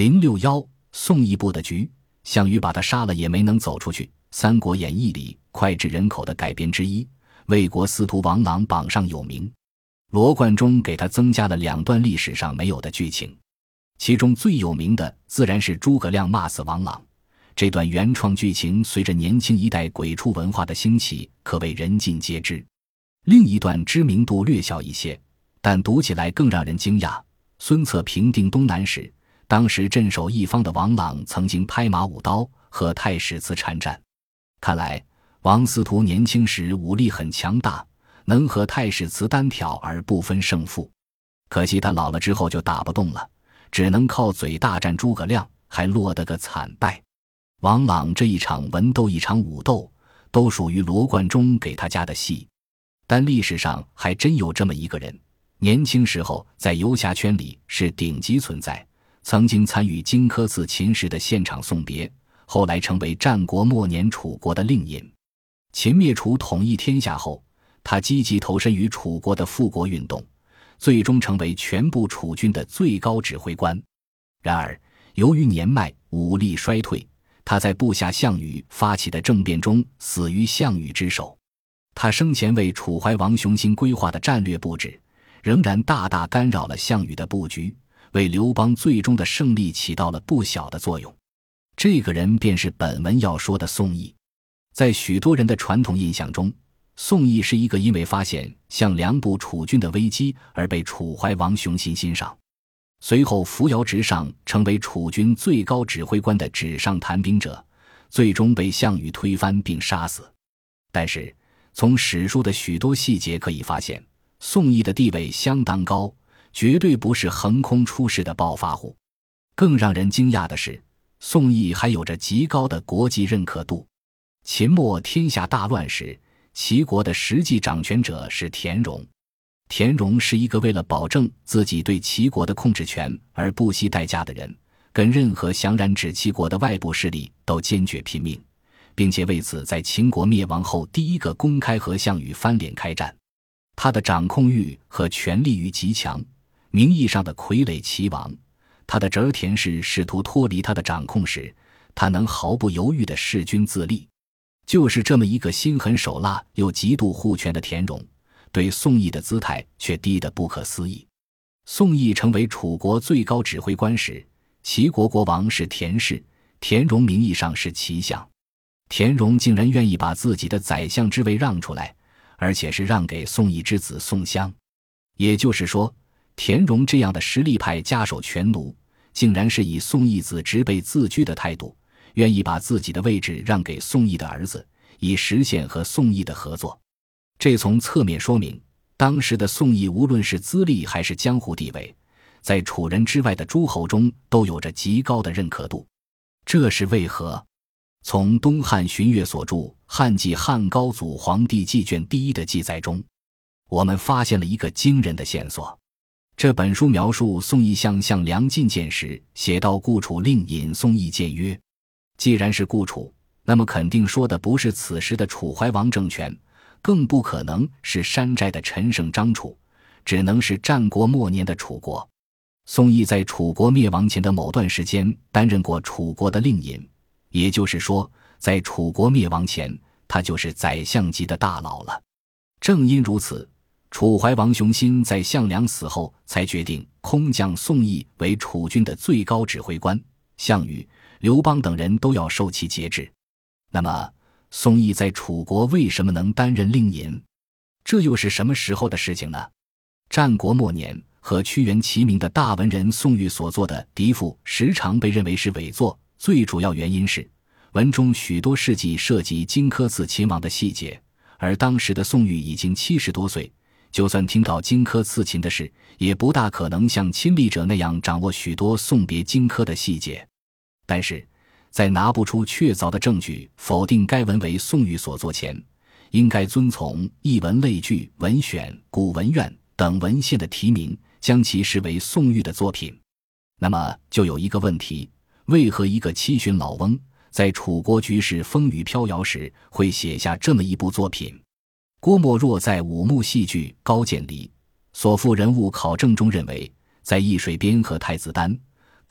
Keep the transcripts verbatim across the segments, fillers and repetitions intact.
零六一宋义布的局，项羽把他杀了也没能走出去。三国演义里脍炙人口的改编之一，魏国司徒王朗榜上有名。罗贯中给他增加了两段历史上没有的剧情，其中最有名的自然是诸葛亮骂死王朗。这段原创剧情随着年轻一代鬼畜文化的兴起，可谓人尽皆知。另一段知名度略小一些，但读起来更让人惊讶。孙策平定东南时，当时镇守一方的王朗曾经拍马舞刀和太史慈缠战。看来王司徒年轻时武力很强大，能和太史慈单挑而不分胜负。可惜他老了之后就打不动了，只能靠嘴大战诸葛亮，还落得个惨败。王朗这一场文斗一场武斗，都属于罗贯中给他加的戏。但历史上还真有这么一个人，年轻时候在游侠圈里是顶级存在，曾经参与荆轲刺秦时的现场送别，后来成为战国末年楚国的令尹。秦灭楚统一天下后，他积极投身于楚国的复国运动，最终成为全部楚军的最高指挥官。然而由于年迈武力衰退，他在部下项羽发起的政变中死于项羽之手。他生前为楚怀王雄心规划的战略布置，仍然大大干扰了项羽的布局，为刘邦最终的胜利起到了不小的作用。这个人便是本文要说的宋义。在许多人的传统印象中，宋义是一个因为发现项梁部楚军的危机而被楚怀王雄心欣赏，随后扶摇直上成为楚军最高指挥官的纸上谈兵者，最终被项羽推翻并杀死。但是从史书的许多细节可以发现，宋义的地位相当高，绝对不是横空出世的暴发户。更让人惊讶的是，宋义还有着极高的国际认可度。秦末天下大乱时，齐国的实际掌权者是田荣。田荣是一个为了保证自己对齐国的控制权而不惜代价的人，跟任何想染指齐国的外部势力都坚决拼命，并且为此在秦国灭亡后第一个公开和项羽翻脸开战。他的掌控欲和权力欲极强，名义上的傀儡齐王，他的侄儿田氏试图脱离他的掌控时，他能毫不犹豫地弑君自立。就是这么一个心狠手辣又极度护权的田荣，对宋义的姿态却低得不可思议。宋义成为楚国最高指挥官时，齐国国王是田氏，田荣名义上是齐相。田荣竟然愿意把自己的宰相之位让出来，而且是让给宋义之子宋襄。也就是说，田荣这样的实力派家手权奴，竟然是以宋义子侄辈自居的态度，愿意把自己的位置让给宋义的儿子，以实现和宋义的合作。这从侧面说明，当时的宋义无论是资历还是江湖地位，在楚人之外的诸侯中都有着极高的认可度。这是为何？从东汉荀悦所著《汉纪汉高祖皇帝纪卷第一》的记载中，我们发现了一个惊人的线索。这本书描述宋义向项梁进谏时，写到故楚令尹宋义谏曰：既然是故楚，那么肯定说的不是此时的楚怀王政权，更不可能是山寨的陈胜张楚，只能是战国末年的楚国。宋义在楚国灭亡前的某段时间担任过楚国的令尹，也就是说，在楚国灭亡前，他就是宰相级的大佬了。正因如此，楚怀王雄心在项梁死后才决定空降宋义为楚军的最高指挥官，项羽、刘邦等人都要受其节制。那么宋义在楚国为什么能担任令尹？这又是什么时候的事情呢？战国末年，和屈原齐名的大文人宋玉所作的《敌赋》时常被认为是伪作，最主要原因是文中许多事迹涉及荆轲刺秦王的细节，而当时的宋玉已经七十多岁，就算听到荆轲刺秦的事，也不大可能像亲历者那样掌握许多送别荆轲的细节。但是在拿不出确凿的证据否定该文为宋玉所作前，应该遵从译文类聚、文选、古文苑等文献的题名，将其视为宋玉的作品。那么就有一个问题，为何一个七旬老翁在楚国局势风雨飘摇时会写下这么一部作品？郭沫若在五幕戏剧《高渐离》所附人物考证中认为，在易水边和太子丹、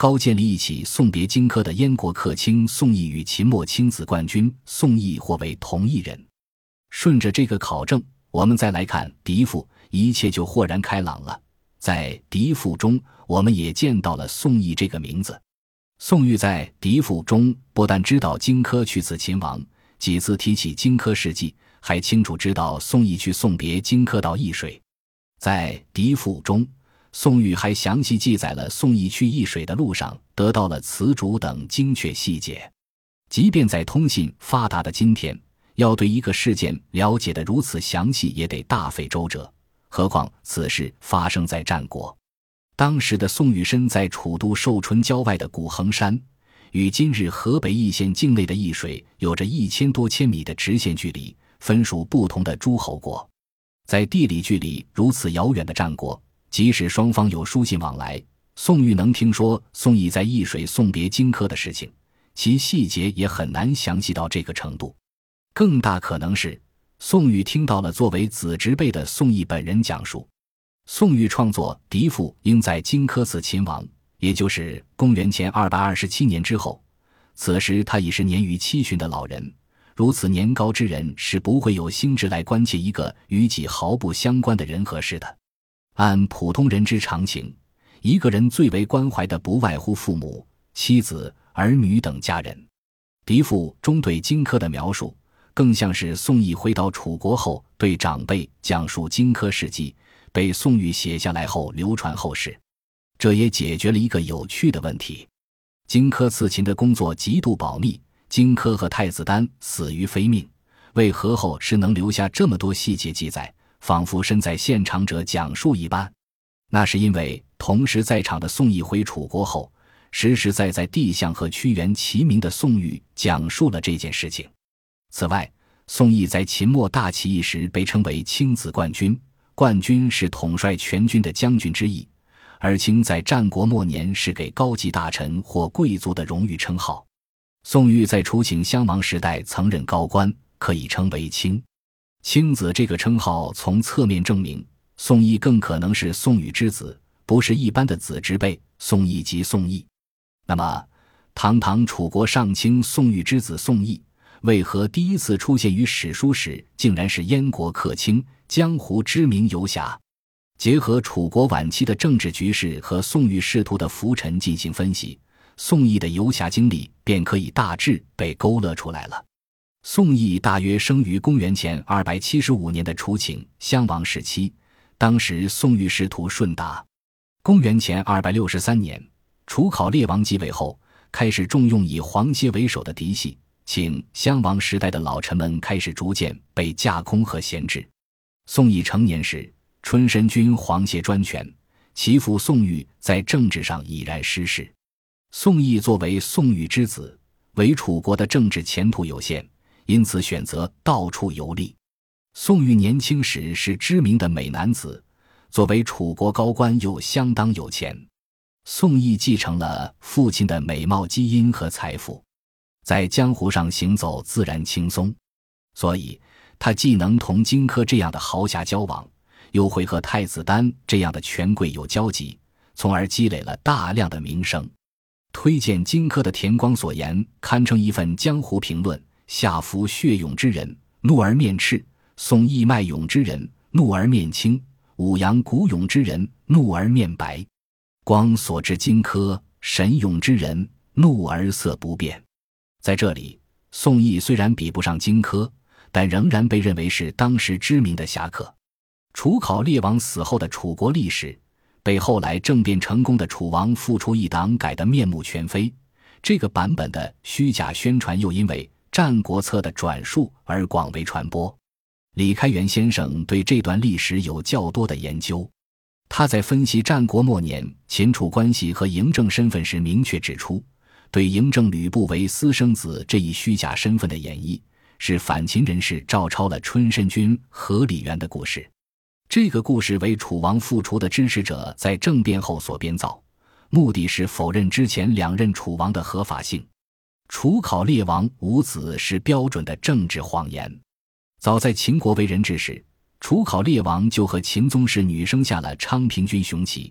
高渐离一起送别荆轲的燕国客卿宋义与秦末亲子冠军宋义或为同一人。顺着这个考证，我们再来看嫡父，一切就豁然开朗了。在嫡父中，我们也见到了宋义这个名字。宋玉在嫡父中不但知道荆轲去刺秦王，几次提起荆轲事迹，还清楚知道宋义去送别荆轲到易水。在嫡父中，宋玉还详细记载了宋义去易水的路上得到了雌主等精确细节。即便在通信发达的今天，要对一个事件了解得如此详细，也得大费周折，何况此事发生在战国。当时的宋玉身在楚都寿春郊外的古衡山，与今日河北易县境内的易水有着一千多千米的直线距离，分属不同的诸侯国。在地理距离如此遥远的战国，即使双方有书信往来，宋玉能听说宋义在易水送别荆轲的事情，其细节也很难详细到这个程度。更大可能是宋玉听到了作为子侄辈的宋义本人讲述。宋玉创作《嫡父》应在荆轲刺秦王，也就是公元前二百二十七年之后，此时他已是年逾七旬的老人。如此年高之人是不会有兴致来关切一个与己毫不相关的人和事的。按普通人之常情，一个人最为关怀的不外乎父母、妻子、儿女等家人。嫡父中对荆轲的描述，更像是宋义回到楚国后对长辈讲述荆轲事迹，被宋玉写下来后流传后世。这也解决了一个有趣的问题：荆轲刺秦的工作极度保密，荆轲和太子丹死于非命，为何后世能留下这么多细节记载，仿佛身在现场者讲述一般？那是因为同时在场的宋义回楚国后，实实在在地相和屈原齐名的宋玉讲述了这件事情。此外，宋义在秦末大起义时被称为卿子冠军，冠军是统帅全军的将军之意，而卿在战国末年是给高级大臣或贵族的荣誉称号。宋玉在楚顷襄王时代曾任高官，可以称为卿。卿子这个称号从侧面证明，宋义更可能是宋玉之子，不是一般的子侄辈，宋义即宋义。那么，堂堂楚国上卿宋玉之子宋义，为何第一次出现于史书时竟然是燕国客卿、江湖知名游侠？结合楚国晚期的政治局势和宋玉仕途的浮沉进行分析，宋义的游侠经历便可以大致被勾勒出来了。宋义大约生于公元前二百七十五年的楚顷襄王时期，当时宋玉仕途顺达。公元前二百六十三年，楚考烈王继位后，开始重用以黄歇为首的嫡系，顷襄王时代的老臣们开始逐渐被架空和闲置。宋义成年时，春申君黄歇专权，其父宋玉在政治上已然失势。宋义作为宋玉之子，为楚国的政治前途有限，因此选择到处游历。宋玉年轻时是知名的美男子，作为楚国高官又相当有钱。宋义继承了父亲的美貌基因和财富，在江湖上行走自然轻松，所以他既能同荆轲这样的豪侠交往，又会和太子丹这样的权贵有交集，从而积累了大量的名声。推荐荆轲的田光所言堪称一份江湖评论：夏服血勇之人，怒而面赤；宋义脉勇之人，怒而面青；武阳古勇之人，怒而面白。光所知荆轲神勇之人，怒而色不变。在这里，宋义虽然比不上荆轲，但仍然被认为是当时知名的侠客。楚考烈王死后的楚国历史，被后来政变成功的楚王复出一党改得面目全非。这个版本的虚假宣传又因为《战国策》的转述而广为传播。李开元先生对这段历史有较多的研究，他在分析战国末年秦楚关系和嬴政身份时明确指出，对嬴政吕布为私生子这一虚假身份的演绎，是反秦人士照抄了春申君阖闾园的故事。这个故事为楚王复出的支持者在政变后所编造，目的是否认之前两任楚王的合法性。楚考烈王无子是标准的政治谎言。早在秦国为人质时，楚考烈王就和秦宗室女生下了昌平君熊齐，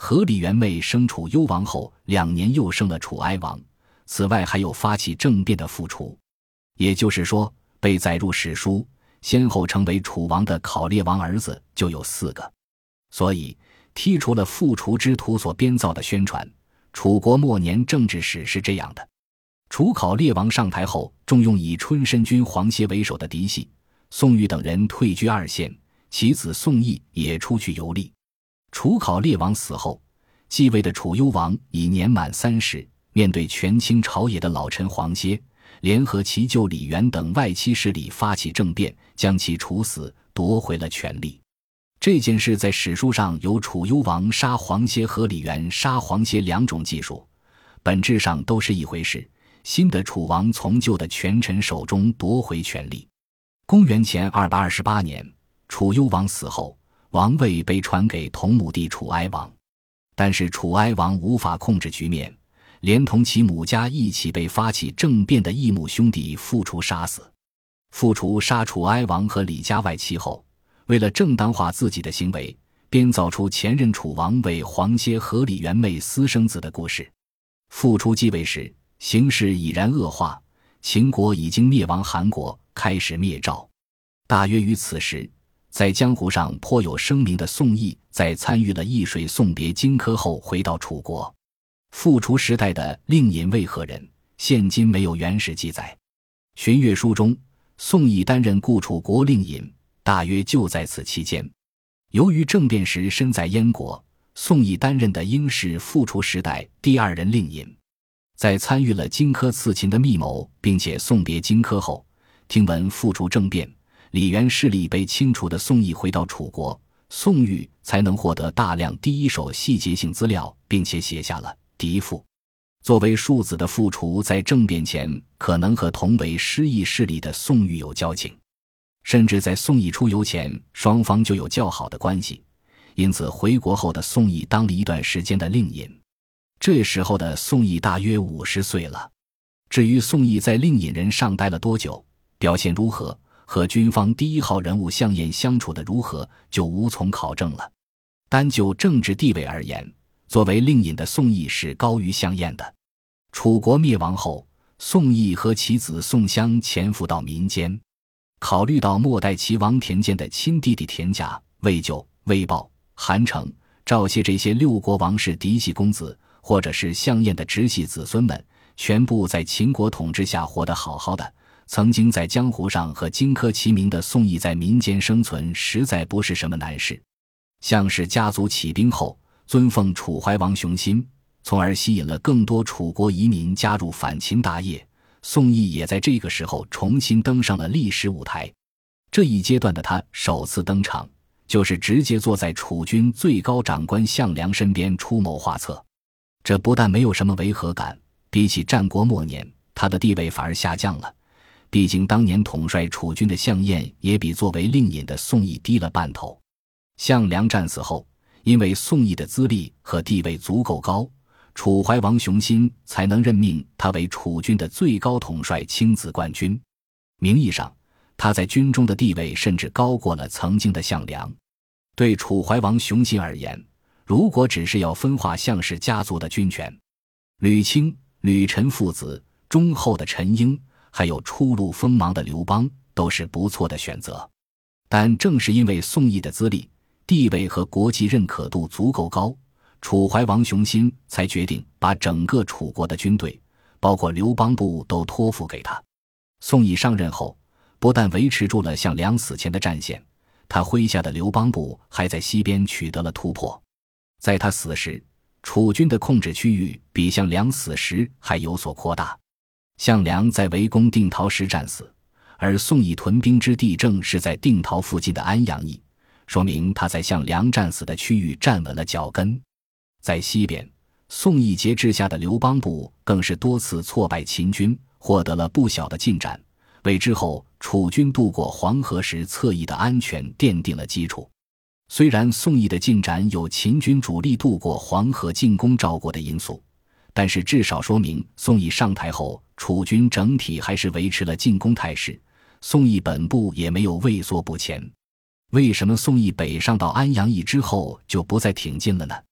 何李元妹生楚幽王后两年又生了楚哀王，此外还有发起政变的傅楚。也就是说，被载入史书先后成为楚王的考烈王儿子就有四个。所以剔除了傅楚之徒所编造的宣传，楚国末年政治史是这样的：楚考烈王上台后，重用以春申君黄歇为首的嫡系宋玉等人退居二线，其子宋义也出去游历。楚考烈王死后，继位的楚幽王已年满三十，面对权倾朝野的老臣黄歇，联合其舅李元等外戚势力发起政变，将其处死，夺回了权力。这件事在史书上有楚幽王杀黄歇和李元杀黄歇两种技术，本质上都是一回事，新的楚王从旧的权臣手中夺回权力。公元前二百二十八年，楚幽王死后，王位被传给同母弟楚哀王，但是楚哀王无法控制局面，连同其母家一起被发起政变的异母兄弟傅楚杀死。傅楚杀楚哀王和李家外戚后，为了正当化自己的行为，编造出前任楚王为黄歇和李元妹私生子的故事。傅楚继位时，形势已然恶化，秦国已经灭亡韩国，开始灭赵。大约于此时，在江湖上颇有声名的宋义，在参与了易水送别荆轲后回到楚国。傅楚时代的令尹为何人，现今没有原始记载。荀悦书中，宋义担任故楚国令尹，大约就在此期间。由于政变时身在燕国，宋义担任的应是傅楚时代第二任令尹。在参与了荆轲刺秦的密谋，并且送别荆轲后，听闻傅楚政变，李元势力被清除的宋义回到楚国，宋玉才能获得大量第一手细节性资料，并且写下了《嫡父》。作为庶子的傅楚在政变前可能和同为失意势力的宋玉有交情，甚至在宋义出游前双方就有较好的关系，因此回国后的宋义当了一段时间的令尹。这时候的宋义大约五十岁了。至于宋义在令尹人上待了多久，表现如何，和军方第一号人物项燕相处的如何，就无从考证了。单就政治地位而言，作为令尹的宋义是高于项燕的。楚国灭亡后，宋义和其子宋襄潜伏到民间。考虑到末代齐王田建的亲弟弟田甲、魏咎、魏豹、韩成、赵谢这些六国王室嫡系公子，或者是项燕的直系子孙们，全部在秦国统治下活得好好的，曾经在江湖上和荆轲齐名的宋义在民间生存实在不是什么难事。项氏家族起兵后，尊奉楚怀王雄心，从而吸引了更多楚国移民加入反秦大业。宋义也在这个时候重新登上了历史舞台。这一阶段的他首次登场，就是直接坐在楚军最高长官项梁身边出谋划策。这不但没有什么违和感，比起战国末年，他的地位反而下降了。毕竟当年统帅楚军的项燕也比作为令尹的宋义低了半头。项梁战死后，因为宋义的资历和地位足够高，楚怀王雄心才能任命他为楚军的最高统帅亲自冠军。名义上，他在军中的地位甚至高过了曾经的项梁。对楚怀王雄心而言，如果只是要分化项氏家族的军权，吕清、吕陈父子、忠厚的陈婴，还有初露锋芒的刘邦，都是不错的选择。但正是因为宋义的资历、地位和国际认可度足够高，楚怀王雄心才决定把整个楚国的军队，包括刘邦部都托付给他。宋义上任后，不但维持住了项梁死前的战线，他麾下的刘邦部还在西边取得了突破。在他死时，楚军的控制区域比项梁死时还有所扩大。项梁在围攻定陶时战死，而宋义屯兵之地正是在定陶附近的安阳邑，说明他在项梁战死的区域站稳了脚跟。在西边，宋义节制下的刘邦部更是多次挫败秦军，获得了不小的进展，为之后楚军渡过黄河时侧翼的安全奠定了基础。虽然宋义的进展有秦军主力渡过黄河进攻赵国的因素，但是至少说明宋义上台后，楚军整体还是维持了进攻态势，宋义本部也没有畏缩不前。为什么宋义北上到安阳邑之后就不再挺进了呢？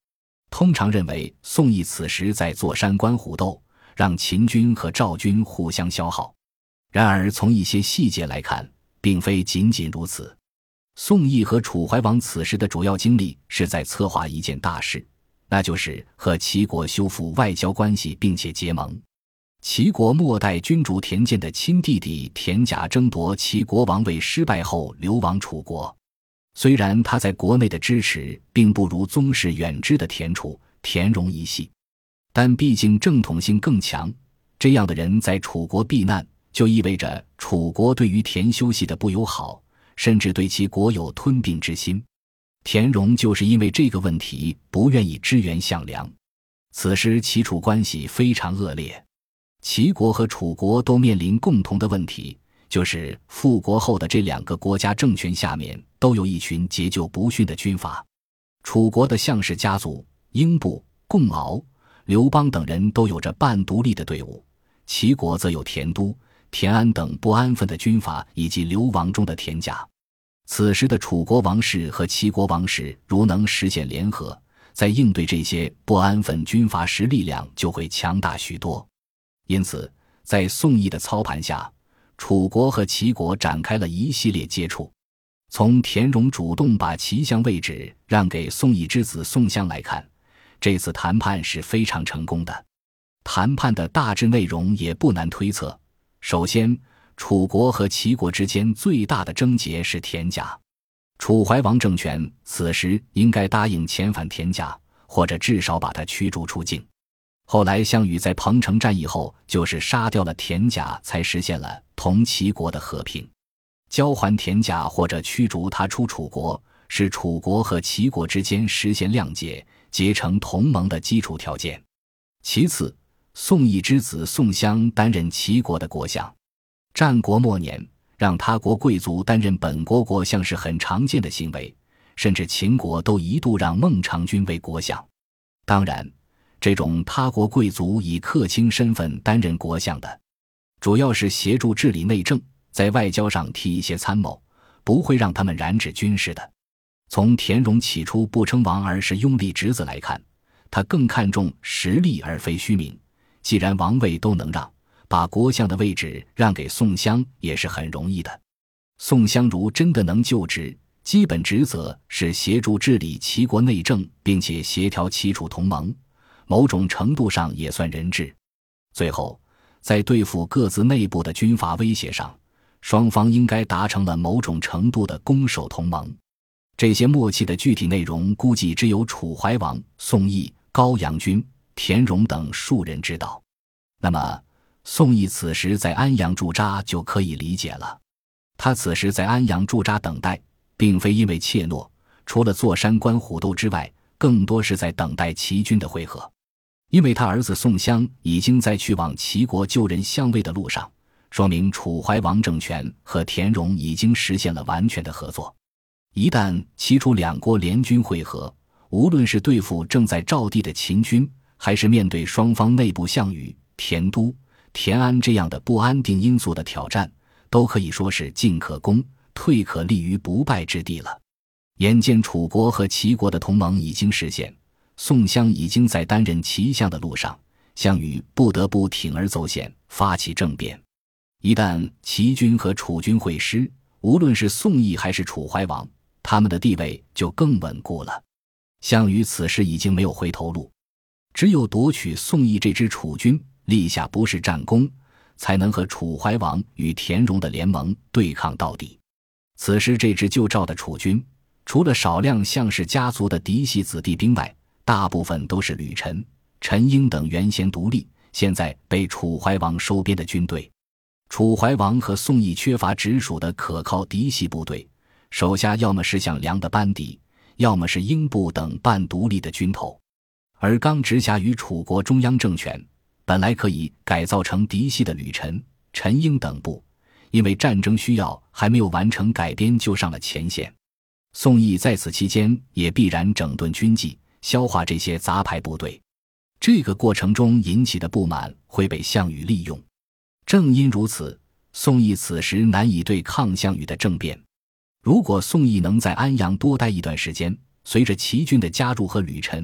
通常认为宋义此时在坐山观虎斗，让秦军和赵军互相消耗。然而从一些细节来看，并非仅仅如此。宋义和楚怀王此时的主要精力是在策划一件大事，那就是和齐国修复外交关系并且结盟。齐国末代君主田建的亲弟弟田甲争夺齐国王位失败后流亡楚国，虽然他在国内的支持并不如宗室远支的田楚、田荣一系，但毕竟正统性更强，这样的人在楚国避难，就意味着楚国对于田修系的不友好，甚至对其国有吞并之心。田荣就是因为这个问题不愿意支援项梁。此时齐楚关系非常恶劣，齐国和楚国都面临共同的问题，就是复国后的这两个国家政权下面都有一群节旧不驯的军阀。楚国的项氏家族、英布、共敖、刘邦等人都有着半独立的队伍，齐国则有田都、田安等不安分的军阀以及流亡中的田甲。此时的楚国王室和齐国王室如能实现联合，在应对这些不安分军阀时力量就会强大许多。因此在宋义的操盘下，楚国和齐国展开了一系列接触。从田荣主动把齐相位置让给宋义之子宋襄来看，这次谈判是非常成功的。谈判的大致内容也不难推测，首先楚国和齐国之间最大的症结是田甲。楚怀王政权此时应该答应遣返田甲，或者至少把他驱逐出境。后来项羽在彭城战役后就是杀掉了田甲，才实现了同齐国的和平。交还田甲或者驱逐他出楚国，是楚国和齐国之间实现谅解、结成同盟的基础条件。其次，宋义之子宋襄担任齐国的国相。战国末年，让他国贵族担任本国国相是很常见的行为，甚至秦国都一度让孟尝君为国相。当然，这种他国贵族以客卿身份担任国相的，主要是协助治理内政，在外交上提一些参谋，不会让他们染指军事的。从田荣起初不称王而是拥立侄子来看，他更看重实力而非虚名。既然王位都能让，把国相的位置让给宋襄也是很容易的。宋襄如真的能就职，基本职责是协助治理齐国内政，并且协调齐楚同盟，某种程度上也算人质。最后，在对付各自内部的军阀威胁上，双方应该达成了某种程度的攻守同盟。这些默契的具体内容估计只有楚怀王、宋义、高阳君、田荣等数人知道。那么宋义此时在安阳驻扎就可以理解了。他此时在安阳驻扎等待，并非因为怯懦，除了坐山观虎斗之外，更多是在等待齐军的会合。因为他儿子宋襄已经在去往齐国就任相位的路上，说明楚怀王政权和田荣已经实现了完全的合作。一旦齐楚两国联军会合，无论是对付正在赵地的秦军，还是面对双方内部项羽、田都、田安这样的不安定因素的挑战，都可以说是进可攻，退可立于不败之地了。眼见楚国和齐国的同盟已经实现，宋襄已经在担任齐相的路上，项羽不得不铤而走险，发起政变。一旦齐军和楚军会师，无论是宋义还是楚怀王，他们的地位就更稳固了。项羽此时已经没有回头路，只有夺取宋义这支楚军，立下不世战功，才能和楚怀王与田荣的联盟对抗到底。此时这支救赵的楚军，除了少量项氏家族的嫡系子弟兵外，大部分都是吕臣、陈英等原先独立，现在被楚怀王收编的军队。楚怀王和宋义缺乏直属的可靠嫡系部队，手下要么是项梁的班底，要么是英布等半独立的军头。而刚直辖于楚国中央政权，本来可以改造成嫡系的吕臣、陈英等部，因为战争需要还没有完成改编就上了前线。宋义在此期间也必然整顿军纪，消化这些杂牌部队。这个过程中引起的不满会被项羽利用。正因如此，宋义此时难以对抗项羽的政变。如果宋义能在安阳多待一段时间，随着齐军的加入和吕臣、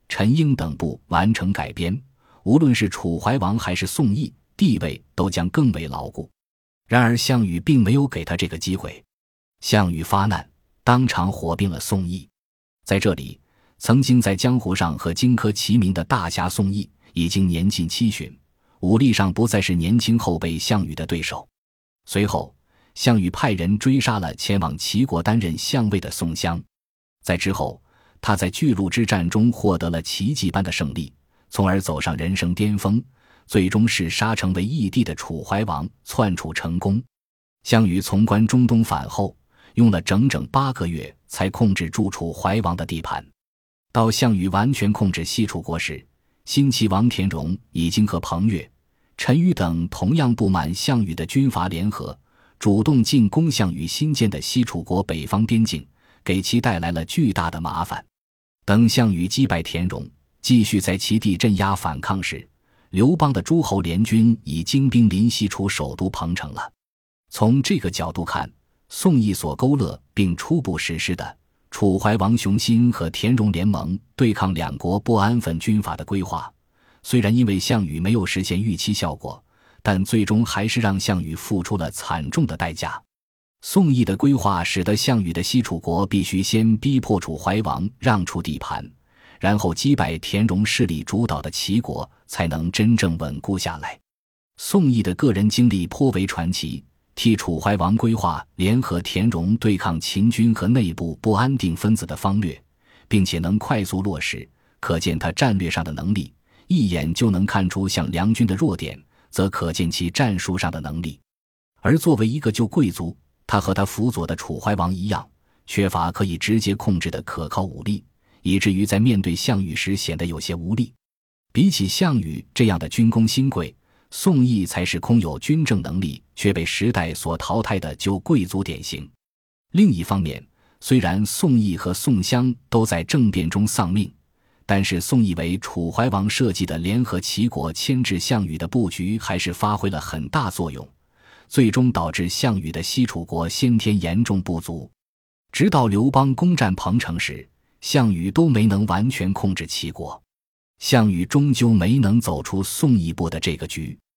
陈英等部完成改编，无论是楚怀王还是宋义，地位都将更为牢固。然而项羽并没有给他这个机会。项羽发难，当场火并了宋义。在这里，曾经在江湖上和荆轲齐名的大侠宋义已经年近七旬，武力上不再是年轻后辈项羽的对手。随后项羽派人追杀了前往齐国担任相位的宋襄。在之后，他在巨鹿之战中获得了奇迹般的胜利，从而走上人生巅峰，最终是杀成为义帝的楚怀王，篡楚成功。项羽从关中东返后，用了整整八个月才控制住楚怀王的地盘。到项羽完全控制西楚国时，新齐王田荣已经和彭越、陈馀等同样不满项羽的军阀联合，主动进攻项羽新建的西楚国北方边境，给其带来了巨大的麻烦。等项羽击败田荣，继续在其地镇压反抗时，刘邦的诸侯联军已经兵临西楚首都彭城了。从这个角度看，宋义所勾勒并初步实施的楚怀王熊心和田荣联盟对抗两国不安分军阀的规划，虽然因为项羽没有实现预期效果，但最终还是让项羽付出了惨重的代价。宋义的规划使得项羽的西楚国必须先逼迫楚怀王让出地盘，然后击败田荣势力主导的齐国，才能真正稳固下来。宋义的个人经历颇为传奇，替楚怀王规划联合田荣对抗秦军和内部不安定分子的方略，并且能快速落实，可见他战略上的能力。一眼就能看出像梁军的弱点，则可见其战术上的能力。而作为一个旧贵族，他和他辅佐的楚怀王一样，缺乏可以直接控制的可靠武力，以至于在面对项羽时显得有些无力。比起项羽这样的军功新贵，宋义才是空有军政能力却被时代所淘汰的旧贵族典型。另一方面，虽然宋义和宋襄都在政变中丧命，但是宋义为楚怀王设计的联合齐国牵制项羽的布局还是发挥了很大作用，最终导致项羽的西楚国先天严重不足。直到刘邦攻占彭城时，项羽都没能完全控制齐国，项羽终究没能走出宋义布的这个局。